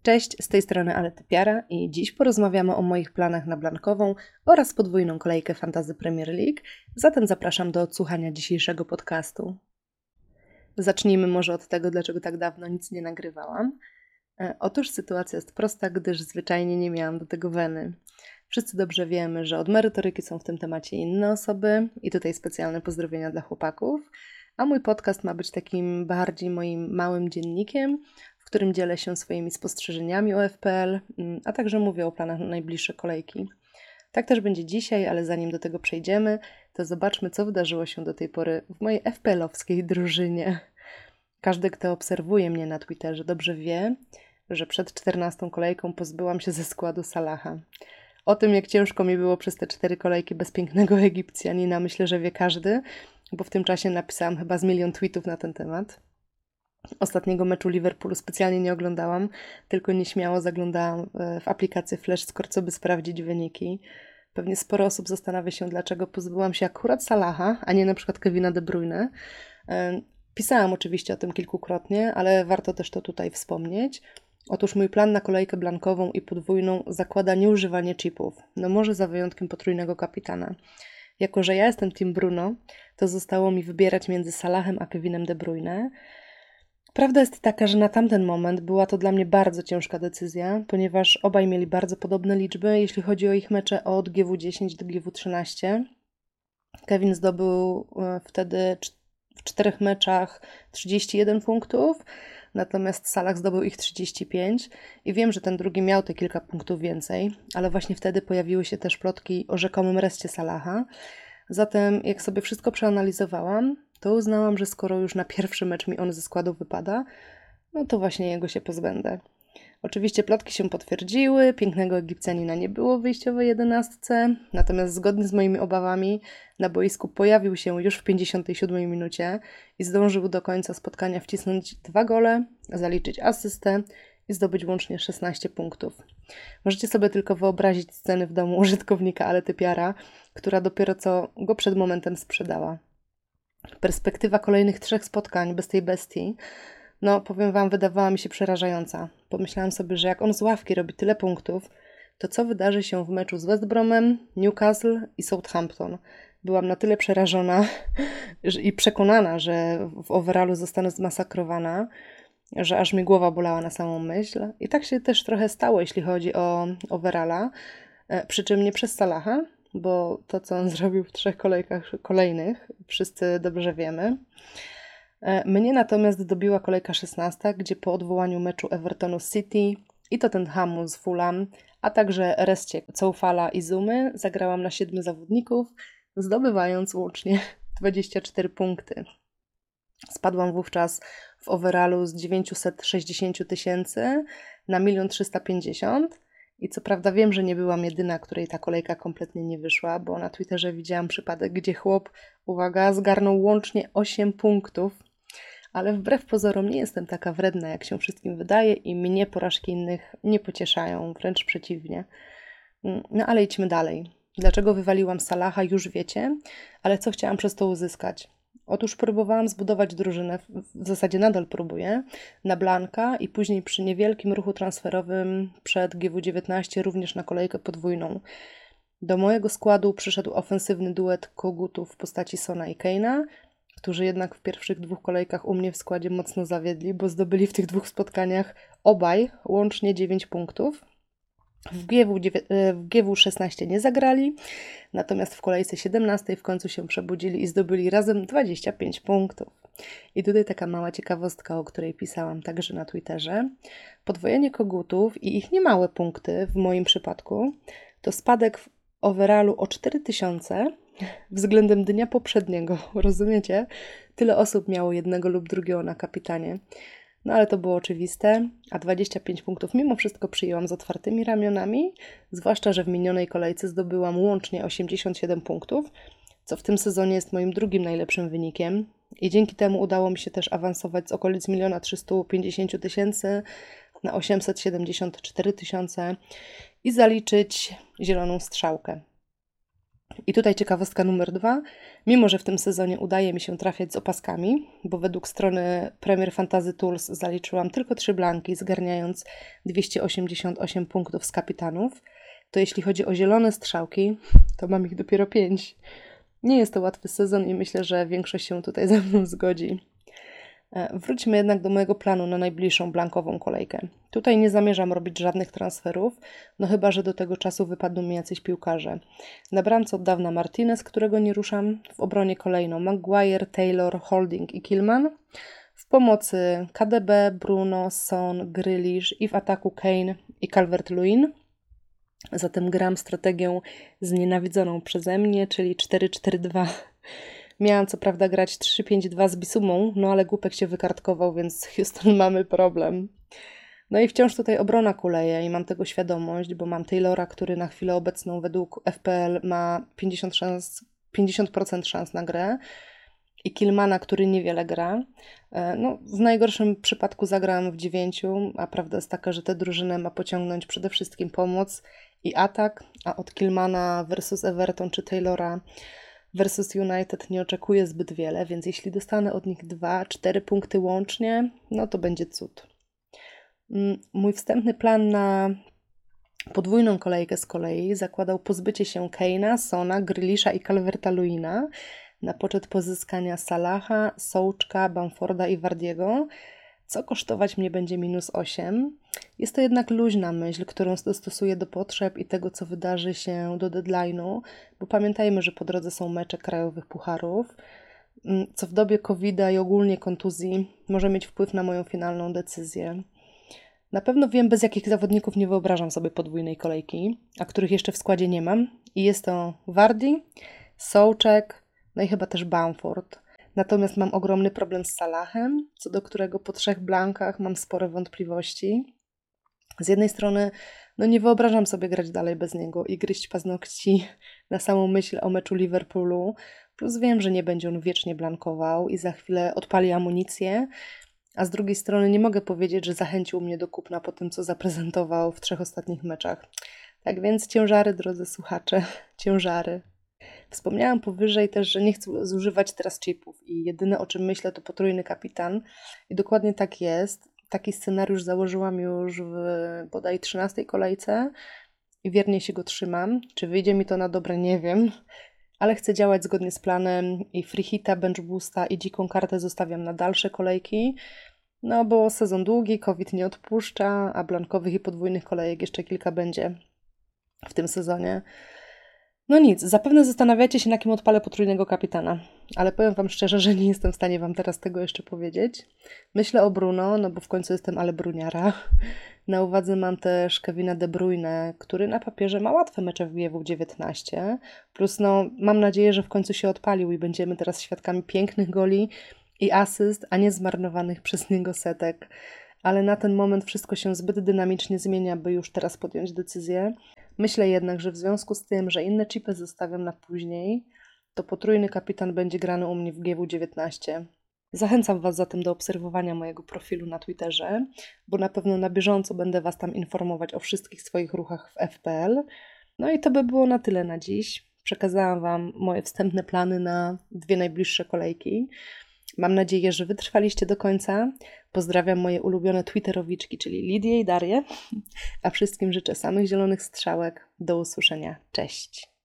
Cześć, z tej strony Aletypiara i dziś porozmawiamy o moich planach na blankową oraz podwójną kolejkę Fantasy Premier League, zatem zapraszam do odsłuchania dzisiejszego podcastu. Zacznijmy może od tego, dlaczego tak dawno nic nie nagrywałam. Otóż sytuacja jest prosta, gdyż zwyczajnie nie miałam do tego weny. Wszyscy dobrze wiemy, że od merytoryki są w tym temacie inne osoby i tutaj specjalne pozdrowienia dla chłopaków, a mój podcast ma być takim bardziej moim małym dziennikiem, w którym dzielę się swoimi spostrzeżeniami o FPL, a także mówię o planach na najbliższe kolejki. Tak też będzie dzisiaj, ale zanim do tego przejdziemy, to zobaczmy, co wydarzyło się do tej pory w mojej FPL-owskiej drużynie. Każdy, kto obserwuje mnie na Twitterze, dobrze wie, że przed 14 kolejką pozbyłam się ze składu Salaha. O tym, jak ciężko mi było przez te 4 kolejki bez pięknego Egipcjanina, myślę, że wie każdy, bo w tym czasie napisałam chyba z 1 000 000 tweetów na ten temat. Ostatniego meczu Liverpoolu specjalnie nie oglądałam, tylko nieśmiało zaglądałam w aplikację Flashscore, co by sprawdzić wyniki. Pewnie sporo osób zastanawia się, dlaczego pozbyłam się akurat Salaha, a nie na przykład Kevina De Bruyne. Pisałam oczywiście o tym kilkukrotnie, ale warto też to tutaj wspomnieć. Otóż mój plan na kolejkę blankową i podwójną zakłada nieużywanie chipów, no może za wyjątkiem potrójnego kapitana. Jako że ja jestem Team Bruno, to zostało mi wybierać między Salahem a Kevinem De Bruyne. Prawda jest taka, że na tamten moment była to dla mnie bardzo ciężka decyzja, ponieważ obaj mieli bardzo podobne liczby, jeśli chodzi o ich mecze od GW10 do GW13. Kevin zdobył wtedy w 4 meczach 31 punktów, natomiast Salah zdobył ich 35 i wiem, że ten drugi miał te kilka punktów więcej, ale właśnie wtedy pojawiły się też plotki o rzekomym rescie Salaha. Zatem jak sobie wszystko przeanalizowałam, to uznałam, że skoro już na pierwszy mecz mi on ze składu wypada, no to właśnie jego się pozbędę. Oczywiście plotki się potwierdziły, pięknego Egipcjanina nie było w wyjściowej 11, natomiast zgodnie z moimi obawami na boisku pojawił się już w 57 minucie i zdążył do końca spotkania wcisnąć 2 gole, zaliczyć asystę i zdobyć łącznie 16 punktów. Możecie sobie tylko wyobrazić sceny w domu użytkownika Aletypiara, która dopiero co go przed momentem sprzedała. Perspektywa kolejnych 3 spotkań bez tej bestii, no powiem wam, wydawała mi się przerażająca. Pomyślałam sobie, że jak on z ławki robi tyle punktów, to co wydarzy się w meczu z West Bromem, Newcastle i Southampton? Byłam na tyle przerażona i przekonana, że w overallu zostanę zmasakrowana, że aż mi głowa bolała na samą myśl. I tak się też trochę stało, jeśli chodzi o overalla, przy czym nie przez Salaha, bo to, co on zrobił w 3 kolejkach kolejnych, wszyscy dobrze wiemy. Mnie natomiast dobiła kolejka 16, gdzie po odwołaniu meczu Evertonu z City i Tottenhamu z Fulham, a także rescie Coufala i Zumy zagrałam na 7 zawodników, zdobywając łącznie 24 punkty. Spadłam wówczas w overallu z 960 000 na 1 350 000 i co prawda wiem, że nie byłam jedyna, której ta kolejka kompletnie nie wyszła, bo na Twitterze widziałam przypadek, gdzie chłop, uwaga, zgarnął łącznie 8 punktów, ale wbrew pozorom nie jestem taka wredna, jak się wszystkim wydaje i mnie porażki innych nie pocieszają, wręcz przeciwnie. No ale idźmy dalej. Dlaczego wywaliłam Salaha, już wiecie, ale co chciałam przez to uzyskać? Otóż próbowałam zbudować drużynę, w zasadzie nadal próbuję, na Blanka i później przy niewielkim ruchu transferowym przed GW19 również na kolejkę podwójną. Do mojego składu przyszedł ofensywny duet kogutów w postaci Sona i Kane'a, którzy jednak w pierwszych 2 kolejkach u mnie w składzie mocno zawiedli, bo zdobyli w tych 2 spotkaniach obaj łącznie 9 punktów. W GW16 nie zagrali, natomiast w kolejce 17 w końcu się przebudzili i zdobyli razem 25 punktów. I tutaj taka mała ciekawostka, o której pisałam także na Twitterze. Podwojenie kogutów i ich niemałe punkty w moim przypadku to spadek w overallu o 4000 względem dnia poprzedniego. Rozumiecie? Tyle osób miało jednego lub drugiego na kapitanie. No ale to było oczywiste, a 25 punktów mimo wszystko przyjęłam z otwartymi ramionami, zwłaszcza, że w minionej kolejce zdobyłam łącznie 87 punktów, co w tym sezonie jest moim drugim najlepszym wynikiem i dzięki temu udało mi się też awansować z okolic 1 350 000 na 874 000 i zaliczyć zieloną strzałkę. I tutaj ciekawostka numer 2. Mimo że w tym sezonie udaje mi się trafiać z opaskami, bo według strony Premier Fantasy Tools zaliczyłam tylko 3 blanki, zgarniając 288 punktów z kapitanów, to jeśli chodzi o zielone strzałki, to mam ich dopiero 5. Nie jest to łatwy sezon i myślę, że większość się tutaj ze mną zgodzi. Wróćmy jednak do mojego planu na najbliższą blankową kolejkę. Tutaj nie zamierzam robić żadnych transferów, no chyba że do tego czasu wypadną mi jacyś piłkarze. Na bramce od dawna Martinez, którego nie ruszam, w obronie kolejno Maguire, Taylor, Holding i Kilman, w pomocy KDB, Bruno, Son, Grealish i w ataku Kane i Calvert-Lewin. Zatem gram strategią znienawidzoną przeze mnie, czyli 4-4-2. Miałam co prawda grać 3-5-2 z Bisumą, no ale głupek się wykartkował, więc Houston mamy problem. No i wciąż tutaj obrona kuleje i mam tego świadomość, bo mam Taylora, który na chwilę obecną według FPL ma 50% szans na grę i Kilmana, który niewiele gra. No, w najgorszym przypadku zagram w 9, a prawda jest taka, że tę drużynę ma pociągnąć przede wszystkim pomoc i atak, a od Kilmana versus Everton czy Taylora versus United nie oczekuję zbyt wiele, więc jeśli dostanę od nich 2-4 punkty łącznie, no to będzie cud. Mój wstępny plan na podwójną kolejkę z kolei zakładał pozbycie się Kane'a, Sona, Grealisha i Calverta-Lewina na poczet pozyskania Salaha, Souczka, Bamforda i Wardiego, co kosztować mnie będzie -8. Jest to jednak luźna myśl, którą dostosuję do potrzeb i tego, co wydarzy się do deadline'u, bo pamiętajmy, że po drodze są mecze krajowych pucharów, co w dobie COVID-a i ogólnie kontuzji może mieć wpływ na moją finalną decyzję. Na pewno wiem, bez jakich zawodników nie wyobrażam sobie podwójnej kolejki, a których jeszcze w składzie nie mam. I jest to Wardy, Souczek, no i chyba też Bamford. Natomiast mam ogromny problem z Salahem, co do którego po 3 blankach mam spore wątpliwości. Z jednej strony nie wyobrażam sobie grać dalej bez niego i gryźć paznokci na samą myśl o meczu Liverpoolu, plus wiem, że nie będzie on wiecznie blankował i za chwilę odpali amunicję, a z drugiej strony nie mogę powiedzieć, że zachęcił mnie do kupna po tym, co zaprezentował w 3 ostatnich meczach. Tak więc ciężary, drodzy słuchacze, ciężary. Wspomniałam powyżej też, że nie chcę zużywać teraz chipów i jedyne, o czym myślę, to potrójny kapitan i dokładnie tak jest. Taki scenariusz założyłam już w bodaj 13 kolejce i wiernie się go trzymam. Czy wyjdzie mi to na dobre, nie wiem, ale chcę działać zgodnie z planem i free hita, bench boosta i dziką kartę zostawiam na dalsze kolejki, no bo sezon długi, COVID nie odpuszcza, a blankowych i podwójnych kolejek jeszcze kilka będzie w tym sezonie. No nic, zapewne zastanawiacie się, na kim odpalę potrójnego kapitana, ale powiem Wam szczerze, że nie jestem w stanie Wam teraz tego jeszcze powiedzieć. Myślę o Bruno, no bo w końcu jestem ale bruniara. Na uwadze mam też Kevina De Bruyne, który na papierze ma łatwe mecze w GW19, plus mam nadzieję, że w końcu się odpalił i będziemy teraz świadkami pięknych goli i asyst, a nie zmarnowanych przez niego setek. Ale na ten moment wszystko się zbyt dynamicznie zmienia, by już teraz podjąć decyzję. Myślę jednak, że w związku z tym, że inne chipy zostawiam na później, to potrójny kapitan będzie grany u mnie w GW19. Zachęcam Was zatem do obserwowania mojego profilu na Twitterze, bo na pewno na bieżąco będę Was tam informować o wszystkich swoich ruchach w FPL. No i to by było na tyle na dziś. Przekazałam Wam moje wstępne plany na 2 najbliższe kolejki. Mam nadzieję, że wytrwaliście do końca. Pozdrawiam moje ulubione twitterowiczki, czyli Lidię i Darię, a wszystkim życzę samych zielonych strzałek. Do usłyszenia. Cześć!